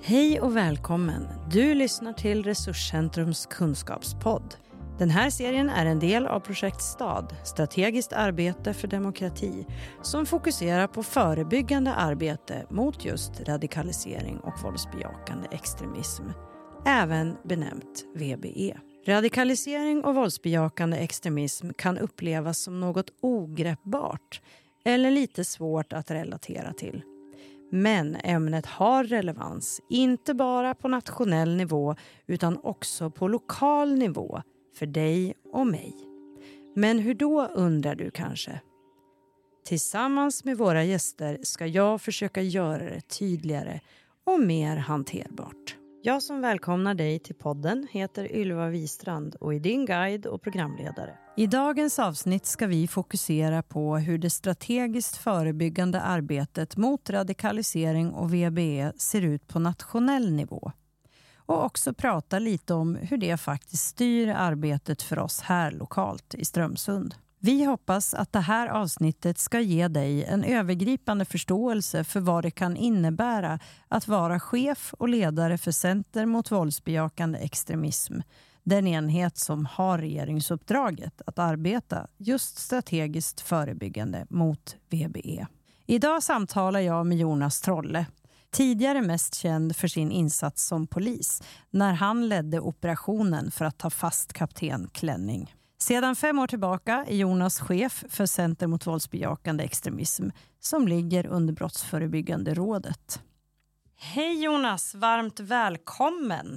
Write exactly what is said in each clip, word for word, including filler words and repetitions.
Hej och välkommen! Du lyssnar till Resurscentrums kunskapspodd. Den här serien är en del av projekt STAD, strategiskt arbete för demokrati, som fokuserar på förebyggande arbete mot just radikalisering och våldsbejakande extremism, även benämnt V B E. Radikalisering och våldsbejakande extremism kan upplevas som något ogreppbart eller lite svårt att relatera till. Men ämnet har relevans, inte bara på nationell nivå utan också på lokal nivå för dig och mig. Men hur då, undrar du kanske? Tillsammans med våra gäster ska jag försöka göra det tydligare och mer hanterbart. Jag som välkomnar dig till podden heter Ylva Wistrand och är din guide och programledare. I dagens avsnitt ska vi fokusera på hur det strategiskt förebyggande arbetet mot radikalisering och V B E ser ut på nationell nivå. Och också prata lite om hur det faktiskt styr arbetet för oss här lokalt i Strömsund. Vi hoppas att det här avsnittet ska ge dig en övergripande förståelse för vad det kan innebära att vara chef och ledare för Center mot våldsbejakande extremism. Den enhet som har regeringsuppdraget att arbeta just strategiskt förebyggande mot V B E. Idag samtalar jag med Jonas Trolle. Tidigare mest känd för sin insats som polis när han ledde operationen för att ta fast kapten Klänning. Sedan fem år tillbaka är Jonas chef för Center mot våldsbejakande extremism som ligger under Brottsförebyggande rådet. Hej Jonas, varmt välkommen!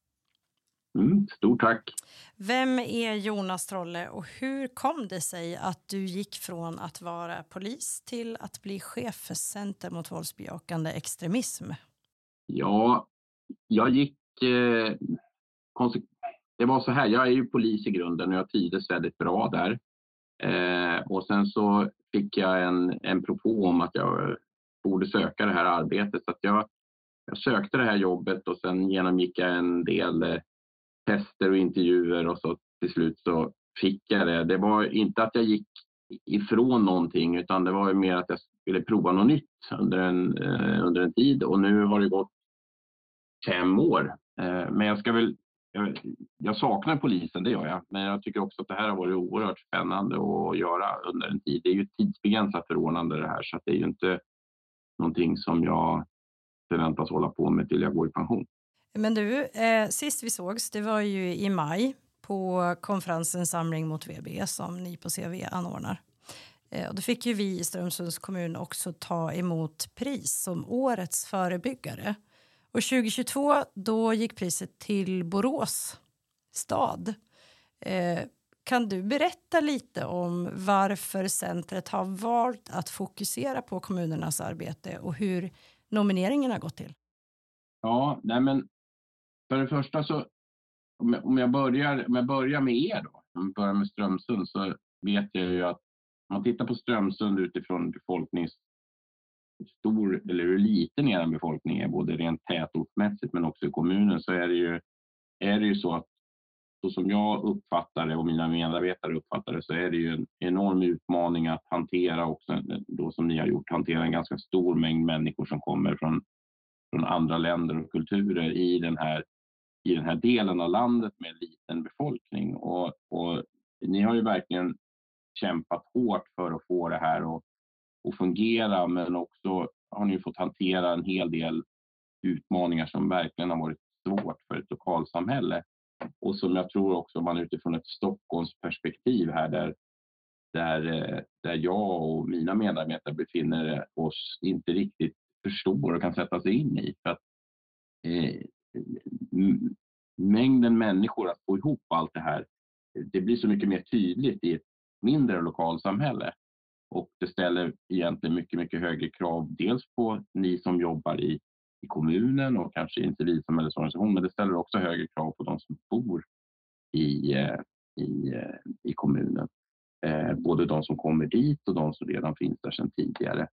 Mm, stort tack! Vem är Jonas Trolle och hur kom det sig att du gick från att vara polis till att bli chef för Center mot våldsbejakande extremism? Ja, jag gick... Eh, konse- det var så här, jag är ju polis i grunden och jag trivdes väldigt bra där. Eh, och sen så fick jag en, en propå om att jag borde söka det här arbetet. Så att jag, jag sökte det här jobbet och sen genomgick jag en del eh, tester och intervjuer och så till slut så fick jag det. Det var inte att jag gick ifrån någonting utan det var ju mer att jag ville prova något nytt under en, eh, under en tid. Och nu har det gått fem år. Eh, men jag ska väl Jag, jag saknar polisen, det gör jag. Men jag tycker också att det här har varit oerhört spännande att göra under en tid. Det är ju ett tidsbegränsat förordnande det här. Så att det är ju inte någonting som jag förväntas hålla på med till jag går i pension. Men du, eh, sist vi sågs, det var ju i maj på konferensen Samling mot V B E som ni på C V anordnar. Eh, och då fick ju vi i Strömsunds kommun också ta emot pris som årets förebyggare. Och tjugohundratjugotvå då gick priset till Borås stad. Eh, kan du berätta lite om varför centret har valt att fokusera på kommunernas arbete och hur nomineringen har gått till? Ja, nej men för det första så om jag, om jag, börjar, om jag börjar med er då, om jag börjar med Strömsund så vet jag ju att om man tittar på Strömsund utifrån befolknings stor eller hur liten er befolkning är både rent tätortsmässigt men också i kommunen så är det ju, är det ju så att så som jag uppfattar det och mina medarbetare uppfattar det så är det ju en enorm utmaning att hantera också då som ni har gjort, hantera en ganska stor mängd människor som kommer från, från andra länder och kulturer i den här, i den här delen av landet med en liten befolkning och, och ni har ju verkligen kämpat hårt för att få det här och och fungera, men också har ni fått hantera en hel del utmaningar som verkligen har varit svårt för ett lokalsamhälle. Och som jag tror också man utifrån ett Stockholmsperspektiv här där, där, där jag och mina medarbetare befinner oss inte riktigt förstår och kan sätta sig in i. För att eh, mängden människor att få ihop allt det här, det blir så mycket mer tydligt i ett mindre lokalsamhälle. Och det ställer egentligen mycket, mycket högre krav dels på ni som jobbar i, i kommunen och kanske i en civilsamhällesorganisation. Men det ställer också högre krav på de som bor i, i, i kommunen. Eh, både de som kommer dit och de som redan finns där sedan tidigare.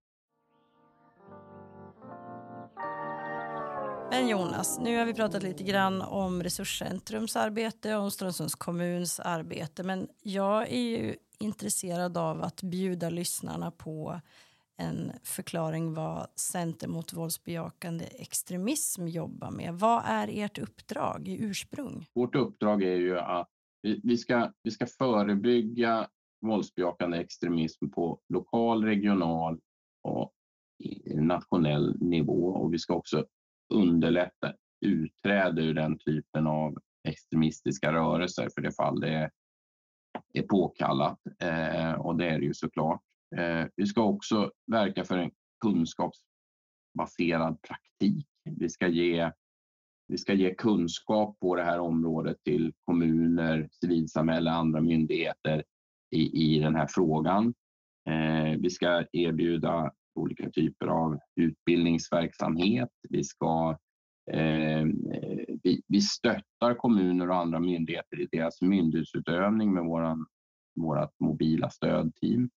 Men Jonas, nu har vi pratat lite grann om Resurscentrums arbete och om Strömsunds kommuns arbete. Men jag är ju intresserad av att bjuda lyssnarna på en förklaring vad Center mot våldsbejakande extremism jobbar med. Vad är ert uppdrag i ursprung? Vårt uppdrag är ju att vi, vi, ska, vi ska förebygga våldsbejakande extremism på lokal, regional och nationell nivå. Och vi ska också underlätta utträde ur den typen av extremistiska rörelser för det fall det är, är påkallat. Eh, och det är det ju såklart. Eh, vi ska också verka för en kunskapsbaserad praktik. Vi ska ge Vi ska ge kunskap på det här området till kommuner, civilsamhälle och andra myndigheter i, i den här frågan. Eh, vi ska erbjuda olika typer av utbildningsverksamhet. Vi, ska, eh, vi, vi stöttar kommuner och andra myndigheter i deras myndighetsutövning med våran, vårat mobila stödteam.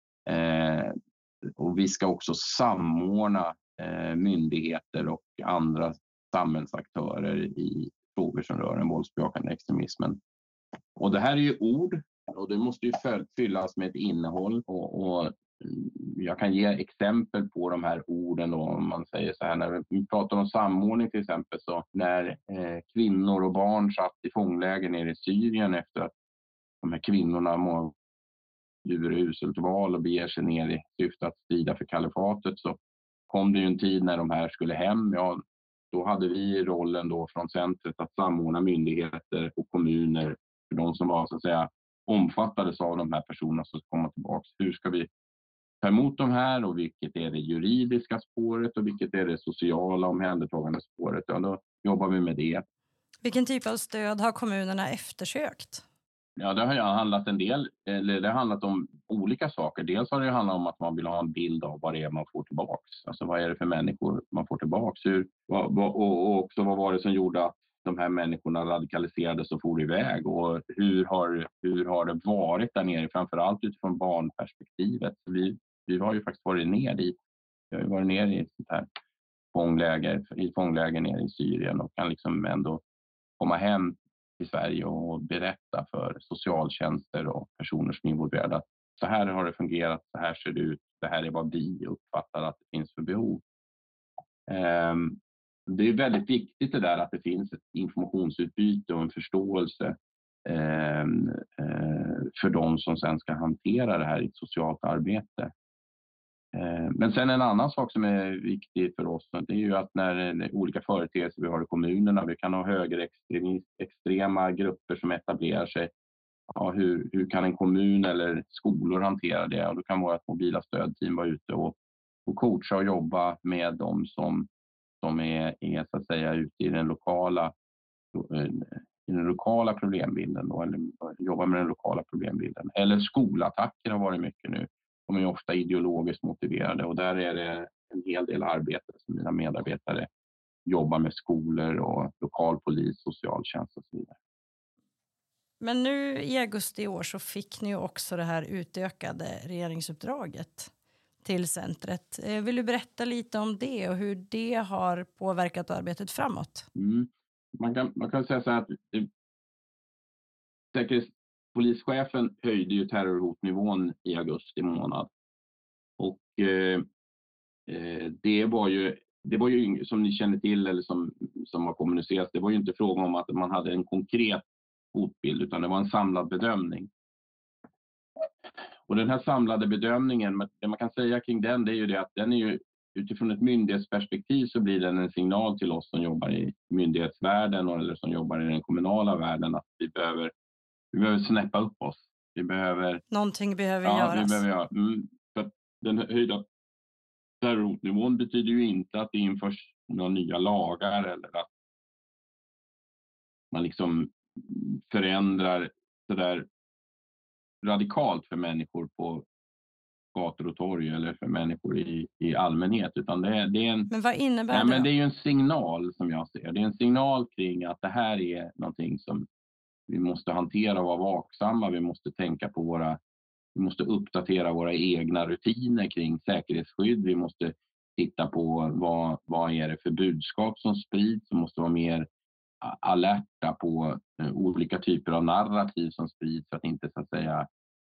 Eh, och vi ska också samordna eh, myndigheter och andra samhällsaktörer i frågor som rör den våldsbejakande extremismen. Och det här är ju ord och det måste ju fyllas med ett innehåll och, och jag kan ge exempel på de här orden då, om man säger så här, när vi pratar om samordning till exempel, så när eh, kvinnor och barn satt i fångläger nere i Syrien efter att de här kvinnorna må ur uselt val och beger sig ner i syfte att strida för kalifatet, så kom det ju en tid när de här skulle hem. Ja, då hade vi rollen då från centret att samordna myndigheter och kommuner för de som var så att säga omfattades av de här personerna som ska komma tillbaka. Hur ska vi ta emot de här och vilket är det juridiska spåret och vilket är det sociala omhändertagande spåret? Ja, då jobbar vi med det. Vilken typ av stöd har kommunerna eftersökt? Ja, det har ju handlat en del, eller det har handlat om olika saker. Dels har det handlat om att man vill ha en bild av vad det är man får tillbaks. Alltså vad är det för människor man får tillbaks? Hur, och, och också vad var det som gjorde att de här människorna radikaliserades och for iväg? Och hur har, hur har det varit där nere? Framförallt utifrån barnperspektivet. Vi, vi har ju faktiskt varit ner dit. Vi har ju varit ner i ett sånt här fångläger, i fångläger nere i Syrien och kan liksom ändå komma hem i Sverige och berätta för socialtjänster och personer som är involverade att så här har det fungerat, så här ser det ut, det här är vad vi uppfattar att det finns för behov. Um, det är väldigt viktigt det där att det finns ett informationsutbyte och en förståelse um, uh, för de som sen ska hantera det här i ett socialt arbete. Men sen en annan sak som är viktig för oss, det är ju att när olika företeelser vi har i kommunerna, vi kan ha högerextrema grupper som etablerar sig. Ja, hur, hur kan en kommun eller skolor hantera det? Och då kan vårt mobila stödteam vara ute och, och coacha och jobba med dem som, som är, är så att säga ute i den lokala, i den lokala problembilden då, eller jobba med den lokala problembilden. Eller skolattacker har varit mycket nu. De är ofta ideologiskt motiverade och där är det en hel del arbete som mina medarbetare jobbar med skolor och lokalpolis, socialtjänst och så vidare. Men nu i augusti i år så fick ni också det här utökade regeringsuppdraget till centret. Vill du berätta lite om det och hur det har påverkat arbetet framåt? Mm. Man, kan, man kan säga så här att det, säkerhetspolischefen höjde ju terrorhotnivån i augusti månad. Och eh, det var ju det var ju som ni känner till eller som, som har kommunicerats, det var ju inte fråga om att man hade en konkret hotbild utan det var en samlad bedömning. Och den här samlade bedömningen, det man kan säga kring den, det är ju det att den är ju utifrån ett myndighetsperspektiv så blir den en signal till oss som jobbar i myndighetsvärlden eller som jobbar i den kommunala världen att vi behöver, vi behöver snäppa upp oss. Vi behöver... Någonting behöver ja, göras. Vi behöver göra. Mm, för den höjda terrorhotnivån betyder ju inte att det införs några nya lagar eller att man liksom förändrar så där radikalt för människor på gator och torg eller för människor i, i allmänhet. Utan det är, det är en, men vad innebär nej, det? Men det är ju en signal som jag ser. Det är en signal kring att det här är någonting som vi måste hantera och vara vaksamma. Vi måste tänka på våra, vi måste uppdatera våra egna rutiner kring säkerhetsskydd. Vi måste titta på vad, vad är det för budskap som sprids. Vi måste vara mer alerta på olika typer av narrativ som sprids för att inte så att säga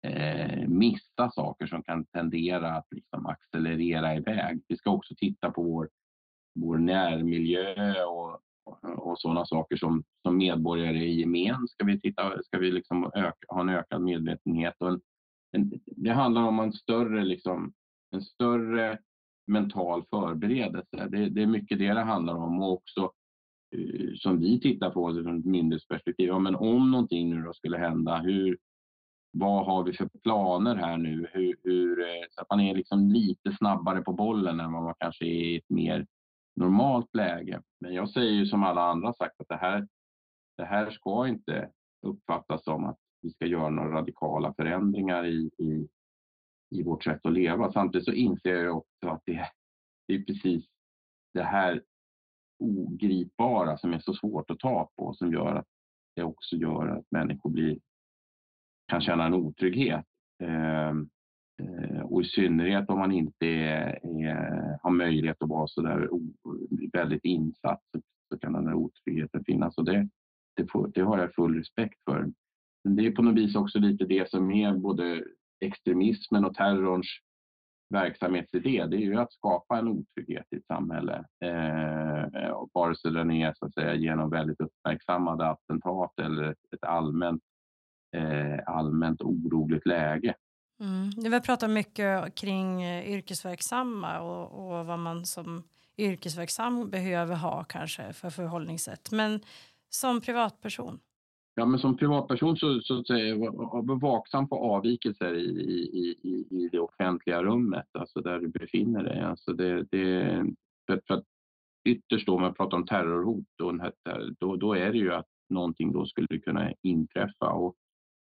eh, missa saker som kan tendera att liksom accelerera iväg. Vi ska också titta på vår, vår närmiljö och, och sådana saker som, som medborgare i gemen. Ska vi, titta, ska vi liksom öka, ha en ökad medvetenhet. Och en, en, det handlar om en större, liksom, en större mental förberedelse. Det, det är mycket det det handlar om. Och också som vi tittar på från ett myndighetsperspektiv. Ja, men om någonting nu då skulle hända, hur, vad har vi för planer här nu? Hur, hur, så att man är liksom lite snabbare på bollen än vad man kanske är i ett mer normalt läge. Men jag säger ju som alla andra sagt att det här, det här ska inte uppfattas som att vi ska göra några radikala förändringar i, i, i vårt sätt att leva. Samtidigt så inser jag också att det, det är precis det här ogripbara som är så svårt att ta på, som gör att det också gör att människor blir, kan känna en otrygghet. Eh, eh, och i synnerhet om man inte är, är, har möjlighet att vara så där o, väldigt insatt, så, så kan den här otryggheten finnas. Och det, det, får, det har jag full respekt för. Men det är på något vis också lite det som är både extremismen och terrorns verksamhetsidé. Det är ju att skapa en otrygghet i ett samhälle. Eh, och vare sig den är så att säga genom väldigt uppmärksammade attentat eller ett allmänt, eh, allmänt oroligt läge. Mm. Vi har pratat mycket kring yrkesverksamma och, och vad man som yrkesverksam behöver ha kanske för förhållningssätt. Men som privatperson? Ja, men som privatperson så, så att säga, var vaksam på avvikelser i, i, i, i det offentliga rummet, alltså där du befinner dig. Alltså det, det, för, för att ytterst då, om man pratar om terrorhot, då, då, då är det ju att någonting då skulle kunna inträffa, och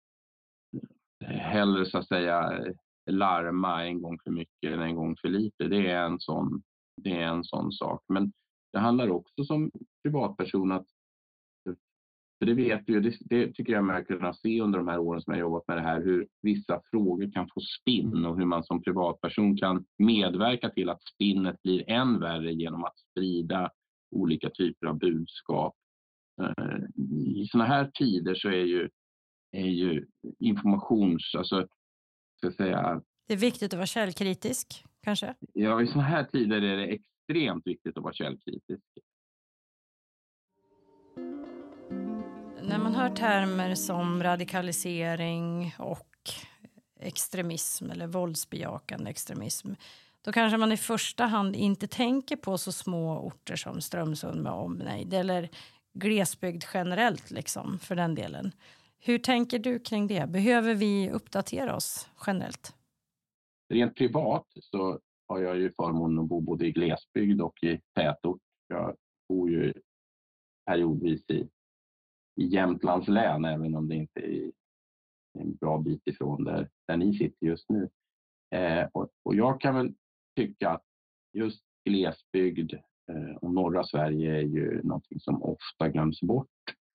hellre så att säga larma en gång för mycket än en gång för lite. Det är en sån, det är en sån sak. Men det handlar också som privatperson att, för det vet vi ju, det, det tycker jag man kan se under de här åren som jag jobbat med det här, hur vissa frågor kan få spinn och hur man som privatperson kan medverka till att spinnet blir än värre genom att sprida olika typer av budskap. I såna här tider så är ju, är ju informations, alltså ska jag säga, det är viktigt att vara källkritisk kanske? Ja, i såna här tider är det extremt viktigt att vara källkritisk. När man hör termer som radikalisering och extremism eller våldsbejakande extremism, då kanske man i första hand inte tänker på så små orter som Strömsund med omnejd eller glesbygd generellt liksom, för den delen. Hur tänker du kring det? Behöver vi uppdatera oss generellt? Rent privat så har jag ju förmånen att bo både i glesbygd och i tätort. Jag bor ju periodvis i i Jämtlands län, även om det inte är en bra bit ifrån där, där ni sitter just nu. Eh, och, och jag kan väl tycka att just glesbygd eh, och norra Sverige är ju någonting som ofta glöms bort.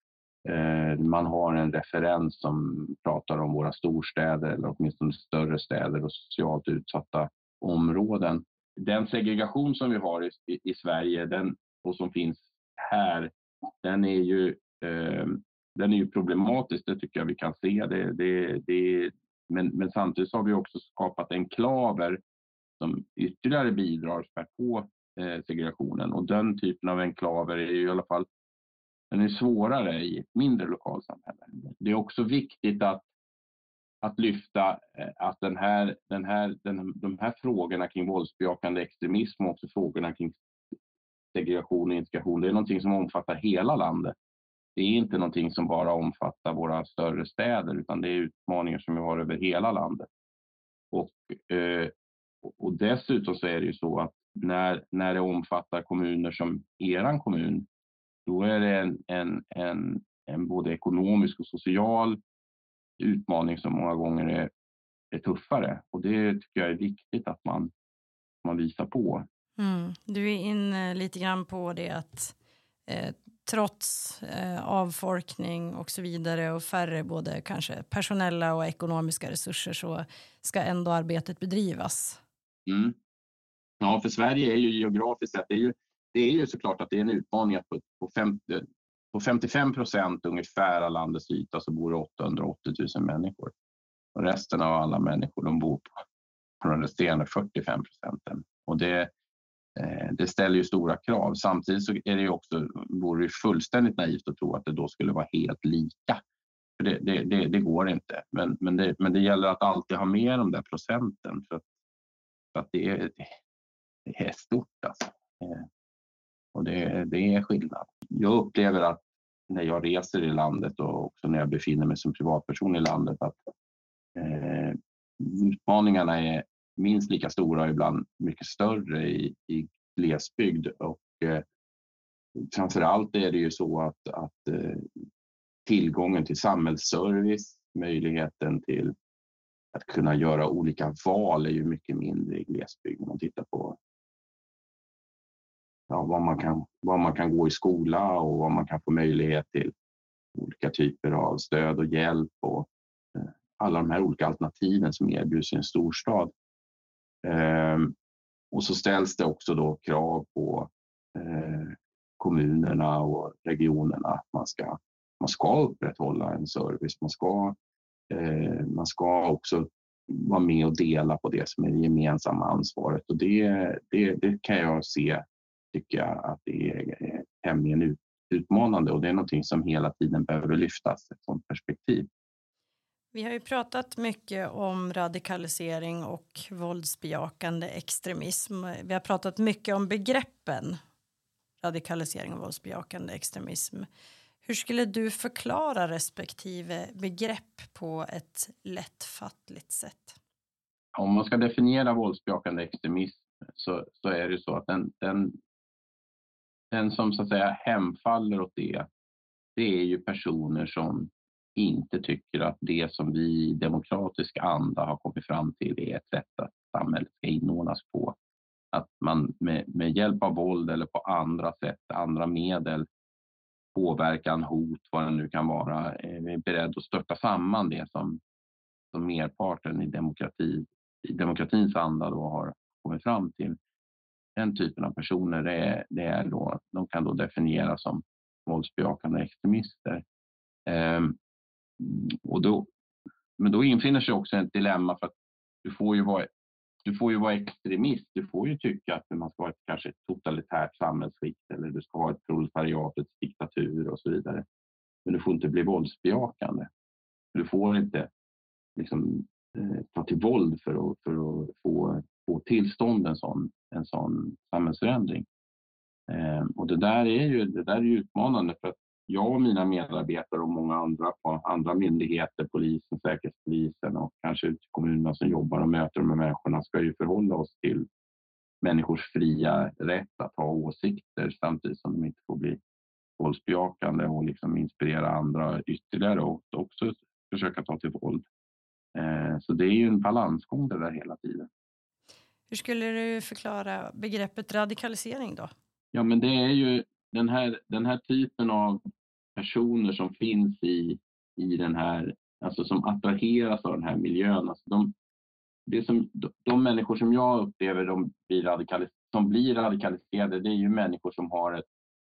Eh, man har en referens som pratar om våra storstäder eller åtminstone större städer och socialt utsatta områden. Den segregation som vi har i, i, i Sverige, den, och som finns här, den är ju Eh, den är ju problematisk, det tycker jag vi kan se. Det, det, det, men, men samtidigt har vi också skapat enklaver som ytterligare bidrar på eh, segregationen. Och den typen av enklaver är ju i alla fall, den är svårare i ett mindre lokalsamhälle. Det är också viktigt att, att lyfta eh, att den här, den här, den, de här frågorna kring våldsbejakande extremism och också frågorna kring segregation och integration, det är någonting som omfattar hela landet. Det är inte någonting som bara omfattar våra större städer, utan det är utmaningar som vi har över hela landet. Och, eh, och dessutom så är det ju så att när, när det omfattar kommuner som eran kommun, då är det en, en, en, en både ekonomisk och social utmaning som många gånger är, är tuffare. Och det tycker jag är viktigt att man, man visar på. Mm. Du är inne lite grann på det att eh, trots eh, avfolkning och så vidare och färre både kanske personella och ekonomiska resurser, så ska ändå arbetet bedrivas. Mm. Ja, för Sverige är ju geografiskt sett, det är ju, det är ju såklart att det är en utmaning att på, på, femtio, på femtiofem procent ungefär av landets yta så bor det åttahundraåttio tusen människor. Och resten av alla människor, de bor på, på de resterande fyrtiofem procenten. Och det, eh, det ställer ju stora krav. Samtidigt så är det ju också, vore det fullständigt naivt att tro att det då skulle vara helt lika. För det, det, det, det går inte. Men, men, det, men det gäller att alltid ha med de där procenten. För att, för att det, är, det är stort alltså. Eh, och det, det är skillnad. Jag upplever att när jag reser i landet och också när jag befinner mig som privatperson i landet att eh, utmaningarna är minst lika stora och ibland mycket större i, i glesbygd. Och eh, framförallt är det ju så att, att eh, tillgången till samhällsservice, möjligheten till att kunna göra olika val är ju mycket mindre i glesbygd. Om man tittar på ja, vad, man kan, vad man kan gå i skola och vad man kan få möjlighet till olika typer av stöd och hjälp och eh, alla de här olika alternativen som erbjuds i en storstad. Eh, och så ställs det också då krav på eh, kommunerna och regionerna att man ska, man ska upprätthålla en service. Man ska, eh, man ska också vara med och dela på det som är det gemensamma ansvaret. Och det, det, det kan jag se, tycker jag, att det är tämligen ut, utmanande. Och det är någonting som hela tiden behöver lyftas, ett sådant perspektiv. Vi har ju pratat mycket om radikalisering och våldsbejakande extremism. Vi har pratat mycket om begreppen radikalisering och våldsbejakande extremism. Hur skulle du förklara respektive begrepp på ett lättfattligt sätt? Om man ska definiera våldsbejakande extremism så, så är det så att den, den, den som så att säga hemfaller åt det, det är ju personer som inte tycker att det som vi i demokratisk anda har kommit fram till är ett sätt att samhället ska inordnas på. Att man med, med hjälp av våld eller på andra sätt, andra medel, påverkan, hot, vad det nu kan vara, är beredd att störta samman det som, som merparten i, demokrati, i demokratins anda då har kommit fram till. Den typen av personer, det är, det är då, de kan då definieras som våldsbejakande extremister. Um, och då, men då infinner sig också ett dilemma, för att du får ju vara, du får ju vara extremist. Du får ju tycka att man ska ha ett, kanske ett totalitärt samhällsskick eller du ska ha ett proletariatets diktatur och så vidare. Men du får inte bli våldsbejakande. Du får inte liksom, eh, ta till våld för att, för att få, få tillstånd en sån, en sån samhällsförändring. Eh, och det där är ju det där är ju utmanande, för att jag och mina medarbetare och många andra på andra myndigheter, polisen, säkerhetspolisen och kanske kommunerna som jobbar och möter de här människorna ska ju förhålla oss till människors fria rätt att ha åsikter samtidigt som de inte får bli våldsbejakande och liksom inspirera andra ytterligare och också försöka ta till våld. Eh, så det är ju en balansgång det där hela tiden. Hur skulle du förklara begreppet radikalisering då? Ja, men det är ju den här, den här typen av personer som finns i, i den här, alltså som attraheras av den här miljön. Alltså de, det som, de, de människor som jag upplever de blir radikalis- som blir radikaliserade, det är ju människor som har ett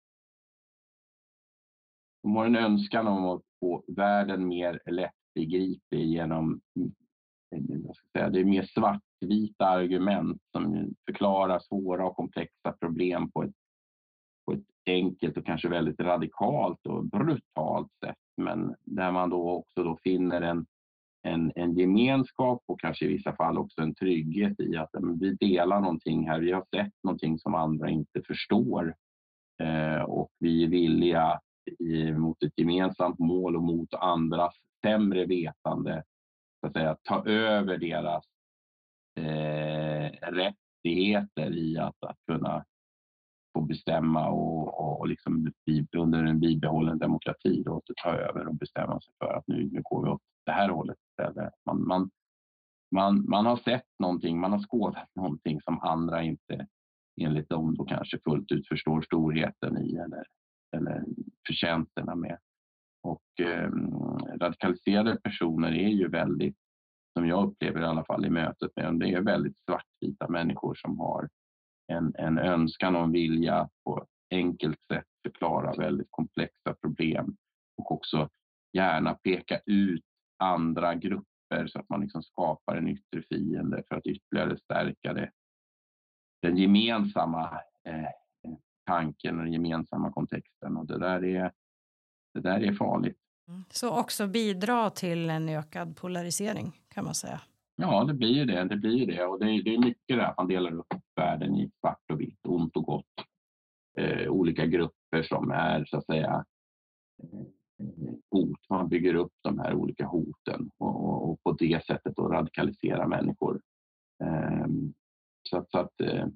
de har en önskan om att få världen mer lättbegriplig genom, jag ska säga, det är mer svartvita argument som förklarar svåra och komplexa problem på ett på ett enkelt och kanske väldigt radikalt och brutalt sätt, men där man då också då finner en, en, en gemenskap och kanske i vissa fall också en trygghet i att men, vi delar någonting här, vi har sett någonting som andra inte förstår eh, och vi är villiga i, mot ett gemensamt mål och mot andras sämre vetande så att säga, ta över deras eh, rättigheter i att, att kunna få bestämma och, och liksom under en bibehållen demokrati då, att ta över och bestämma sig för att nu, nu går vi åt det här hållet. Man, man, man, man har sett någonting, man har skådat någonting som andra inte enligt dem då kanske fullt ut förstår storheten i eller, eller förtjänsterna med. Och eh, radikaliserade personer är ju väldigt, som jag upplever i alla fall i mötet med dem, det är väldigt svartvita människor som har En, en önskan och en vilja att på ett enkelt sätt förklara väldigt komplexa problem och också gärna peka ut andra grupper grupper så att man liksom skapar en yttre fiende för att ytterligare stärka det. Den gemensamma eh, tanken och den gemensamma kontexten, och det där är, det där är farligt. Så också bidra till en ökad polarisering kan man säga. Ja, det blir ju det. Det blir ju det. Och det är, det är mycket det att man delar upp världen i svart och vitt, ont och gott. Eh, olika grupper som är så att säga eh, hot. Man bygger upp de här olika hoten och, och, och på det sättet då radikalisera människor. Eh, så att, så att eh,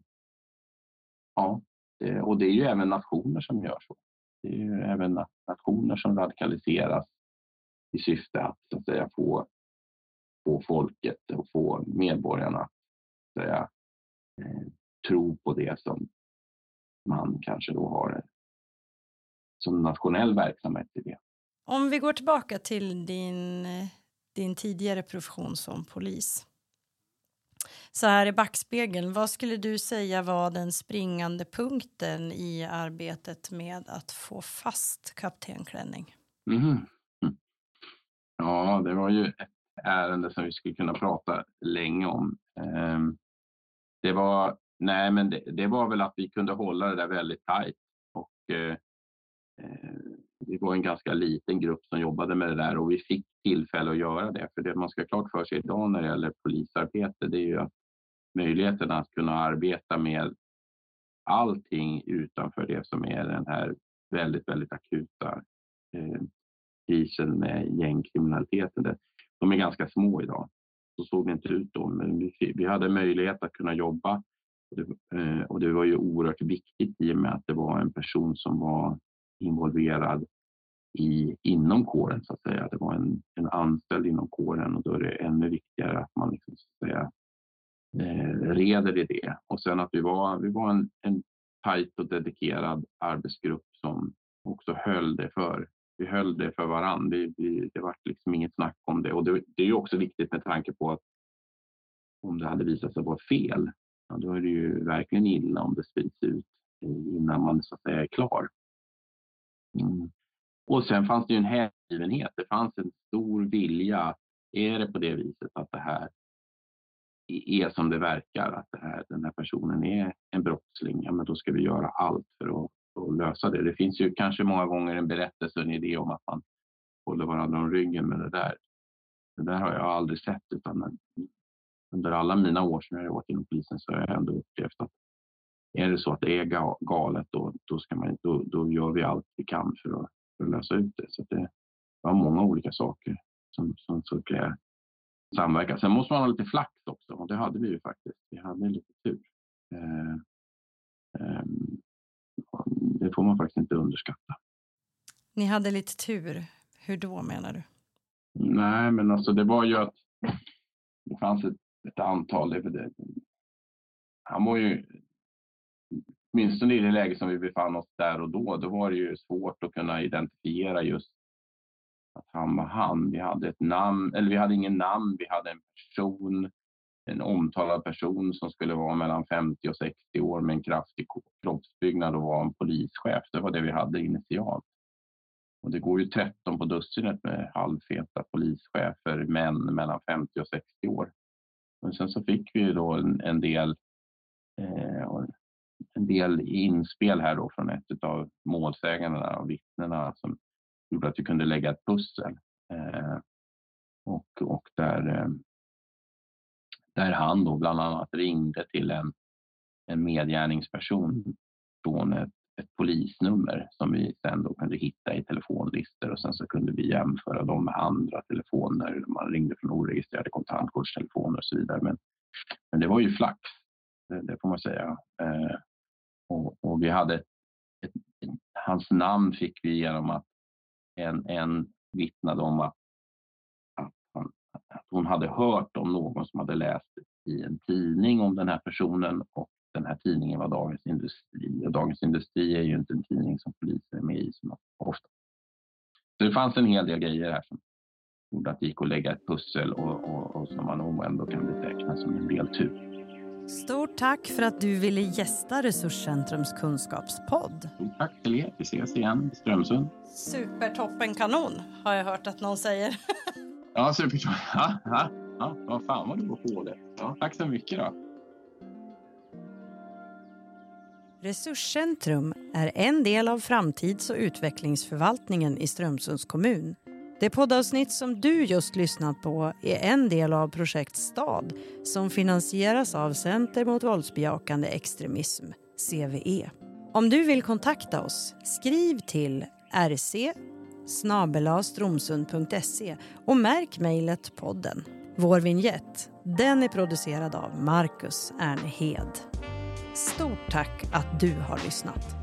ja, det, och det är ju även nationer som gör så. Det är ju även nationer som radikaliseras i syfte att, så att säga, få, få folket och få medborgarna att säga, eh, tro på det som man kanske då har som nationell verksamhet i det. Om vi går tillbaka till din, din tidigare profession som polis. Så här i backspegeln, vad skulle du säga var den springande punkten i arbetet med att få fast kapten Klänning? Mm. Ja, det var ju ett ärende som vi skulle kunna prata länge om. Det var, nej men det, det var väl att vi kunde hålla det där väldigt tajt. Och eh, det var en ganska liten grupp som jobbade med det där och vi fick tillfälle att göra det. För det man ska klart för sig idag när det gäller polisarbete, det är ju att möjligheten att kunna arbeta med allting utanför det som är den här väldigt, väldigt akuta eh, krisen med gängkriminaliteten. Det, de är ganska små idag. Så såg det inte ut då, men vi, vi hade möjlighet att kunna jobba. Och det, eh, och det var ju oerhört viktigt i och med att det var en person som var involverad i, inom kåren så att säga. Det var en, en anställd inom kåren och då är det ännu viktigare att man liksom, så att säga, eh, reder i det. Och sen att vi var, vi var en, en tajt och dedikerad arbetsgrupp som också höll det för vi höll det för varann. Vi, vi, det var liksom inget snack om det. Och det, det är ju också viktigt med tanke på att om det hade visat sig vara fel, ja, då är det ju verkligen illa om det sprids ut innan man så att säga är klar. Mm. Och sen fanns det ju en hängivenhet. Det fanns en stor vilja. Är det på det viset att det här är som det verkar, att det här, den här personen är en brottsling, ja, men då ska vi göra allt för att och lösa det. Det finns ju kanske många gånger en berättelse, en idé om att man håller varandra om ryggen med det där. Det där har jag aldrig sett, utan under alla mina år som jag har varit inom polisen så har jag ändå upplevt att är det så att det är galet då, då, ska man, då, då gör vi allt vi kan för att, för att lösa ut det. Så det var många olika saker som, som skulle samverka. Sen måste man ha lite flax också och det hade vi ju faktiskt. Vi hade lite tur. Eh, eh, Det får man faktiskt inte underskatta. Ni hade lite tur. Hur då menar du? Nej, men alltså det var ju att det fanns ett, ett antal. Det, det, han var ju, åtminstone i det läge som vi befann oss där och då, då var det ju svårt att kunna identifiera just att han var han. Vi hade ett namn, eller vi hade ingen namn, vi hade en person, en omtalad person som skulle vara mellan femtio och sextio år med en kraftig kroppsbyggnad och vara en polischef. Det var det vi hade initialt. Och det går ju tretton på dussinet med halvfeta polischefer, män mellan femtio och sextio år. Men sen så fick vi ju då en, en del eh, en del inspel här då från ett av målsägarna och vittnena som gjorde att vi kunde lägga ett pussel. Eh, och, och där eh, Där han då bland annat ringde till en, en medgärningsperson från ett, ett polisnummer som vi sen då kunde hitta i telefonlistor och sen så kunde vi jämföra dem med andra telefoner. Man ringde från oregistrerade kontantkortstelefoner och så vidare. Men, men det var ju flax, det, det får man säga. Eh, och, och vi hade, ett, ett, hans namn fick vi genom att en, en vittnade om att att hon hade hört om någon som hade läst i en tidning om den här personen och den här tidningen var Dagens Industri. Och Dagens Industri är ju inte en tidning som polisen är med i som ofta. Så det fanns en hel del grejer här som gjorde att det gick att lägga ett pussel och, och, och som man nog ändå kan beteckna som en del tur. Stort tack för att du ville gästa Resurscentrums kunskapspodd. Stort tack till er. Vi ses igen i Strömsund. Supertoppen kanon har jag hört att någon säger. Ja, super. Ja, ja, ja, vad fan vad du var på det. Ja, tack så mycket då. Resurscentrum är en del av framtids- och utvecklingsförvaltningen i Strömsunds kommun. Det poddavsnitt som du just lyssnat på är en del av projekt Stad som finansieras av Center mot våldsbejakande extremism, C V E. Om du vill kontakta oss, skriv till r c snabel-a stromsund punkt se och märk mejlet podden. Vår vignett, den är producerad av Marcus Ernhed. Stort tack att du har lyssnat.